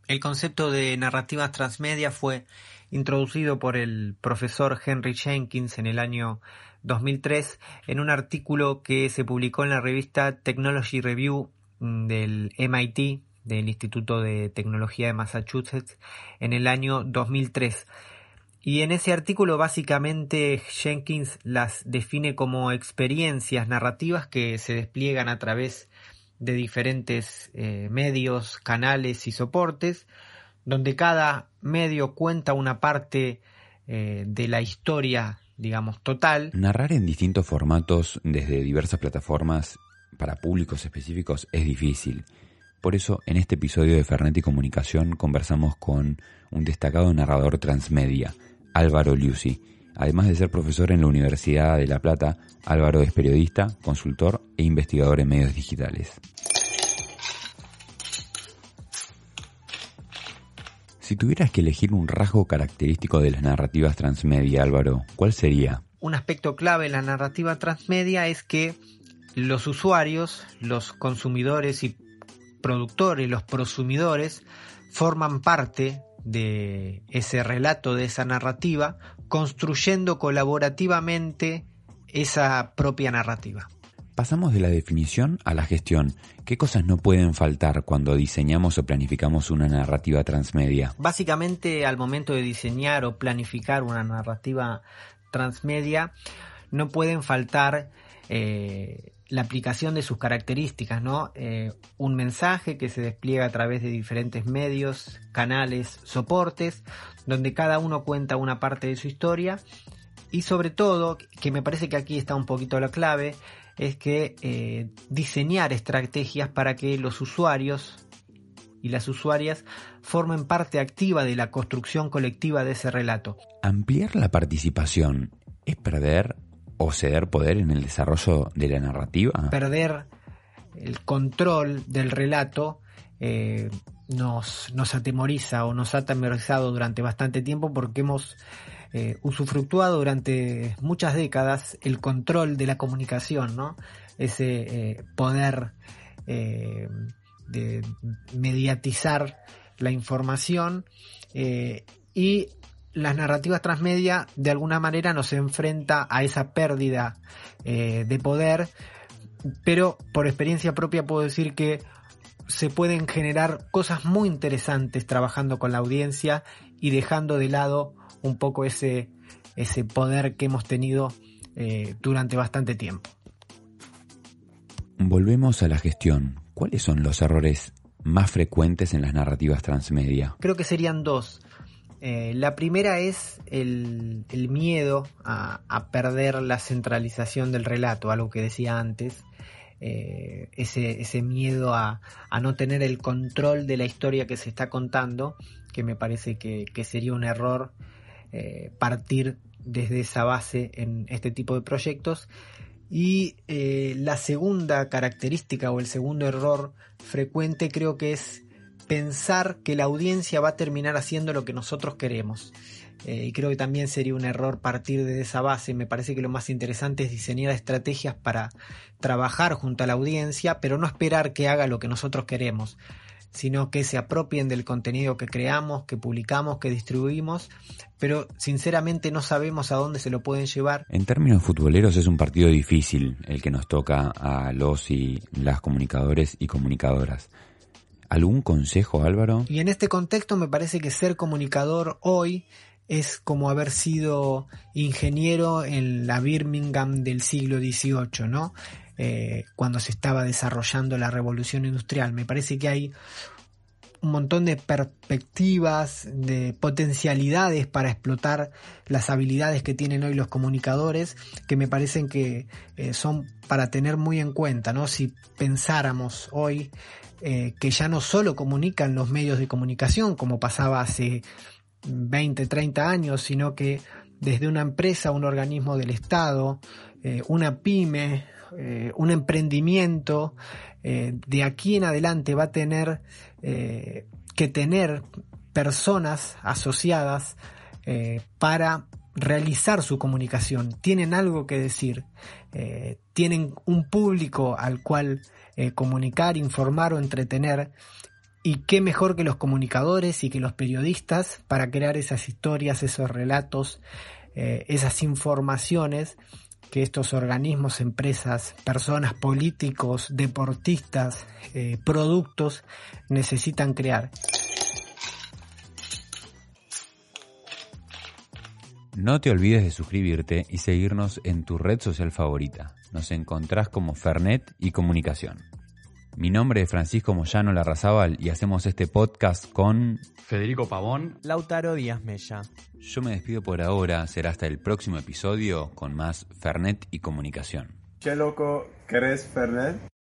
El concepto de narrativas transmedia fue introducido por el profesor Henry Jenkins en el año 2003 en un artículo que se publicó en la revista Technology Review del MIT, del Instituto de Tecnología de Massachusetts, en el año 2003. Y en ese artículo básicamente Jenkins las define como experiencias narrativas que se despliegan a través de diferentes medios, canales y soportes, donde cada medio cuenta una parte de la historia, digamos, total. Narrar en distintos formatos desde diversas plataformas para públicos específicos es difícil. Por eso, en este episodio de Fernet y Comunicación conversamos con un destacado narrador transmedia, Álvaro Liuzzi. Además de ser profesor en la Universidad de La Plata, Álvaro es periodista, consultor e investigador en medios digitales. Si tuvieras que elegir un rasgo característico de las narrativas transmedia, Álvaro, ¿cuál sería? Un aspecto clave en la narrativa transmedia es que los usuarios, los consumidores y productores, los prosumidores, forman parte de ese relato, de esa narrativa, construyendo colaborativamente esa propia narrativa. Pasamos de la definición a la gestión. ¿Qué cosas no pueden faltar cuando diseñamos o planificamos una narrativa transmedia? Básicamente, al momento de diseñar o planificar una narrativa transmedia, no pueden faltar la aplicación de sus características, ¿no? Un mensaje que se despliega a través de diferentes medios, canales, soportes, donde cada uno cuenta una parte de su historia. Y sobre todo, que me parece que aquí está un poquito la clave, es que diseñar estrategias para que los usuarios y las usuarias formen parte activa de la construcción colectiva de ese relato. ¿Ampliar la participación es perder o ceder poder en el desarrollo de la narrativa? Perder el control del relato nos atemoriza o nos ha atemorizado durante bastante tiempo porque hemos usufructuado durante muchas décadas el control de la comunicación, ¿no? Ese poder de mediatizar la información y las narrativas transmedia de alguna manera nos enfrenta a esa pérdida de poder, pero por experiencia propia puedo decir que se pueden generar cosas muy interesantes trabajando con la audiencia y dejando de lado un poco ese poder que hemos tenido durante bastante tiempo. Volvemos a la gestión. ¿Cuáles son los errores más frecuentes en las narrativas transmedia? Creo que serían dos. La primera es el miedo a perder la centralización del relato, algo que decía antes. Ese miedo a no tener el control de la historia que se está contando, que me parece que sería un error partir desde esa base en este tipo de proyectos. Y la segunda característica o el segundo error frecuente creo que es pensar que la audiencia va a terminar haciendo lo que nosotros queremos. Y creo que también sería un error partir de esa base. Me parece que lo más interesante es diseñar estrategias para trabajar junto a la audiencia, pero no esperar que haga lo que nosotros queremos, sino que se apropien del contenido que creamos, que publicamos, que distribuimos, pero sinceramente no sabemos a dónde se lo pueden llevar. En términos futboleros es un partido difícil el que nos toca a los y las comunicadores y comunicadoras. ¿Algún consejo, Álvaro? Y en este contexto me parece que ser comunicador hoy es como haber sido ingeniero en la Birmingham del siglo XVIII, ¿no? Cuando se estaba desarrollando la revolución industrial. Me parece que hay un montón de perspectivas, de potencialidades para explotar las habilidades que tienen hoy los comunicadores, que me parecen que son para tener muy en cuenta, ¿no? Si pensáramos hoy que ya no solo comunican los medios de comunicación, como pasaba hace 20, 30 años, sino que desde una empresa, un organismo del Estado, una pyme, un emprendimiento, de aquí en adelante va a tener que tener personas asociadas para realizar su comunicación. Tienen algo que decir, tienen un público al cual comunicar, informar o entretener, Y qué mejor que los comunicadores y que los periodistas para crear esas historias, esos relatos, esas informaciones que estos organismos, empresas, personas, políticos, deportistas, productos necesitan crear. No te olvides de suscribirte y seguirnos en tu red social favorita. Nos encontrás como Fernet y Comunicación. Mi nombre es Francisco Moyano Larrazábal y hacemos este podcast con Federico Pavón, Lautaro Díaz Mella. Yo me despido por ahora, será hasta el próximo episodio con más Fernet y Comunicación. Che loco, ¿querés Fernet?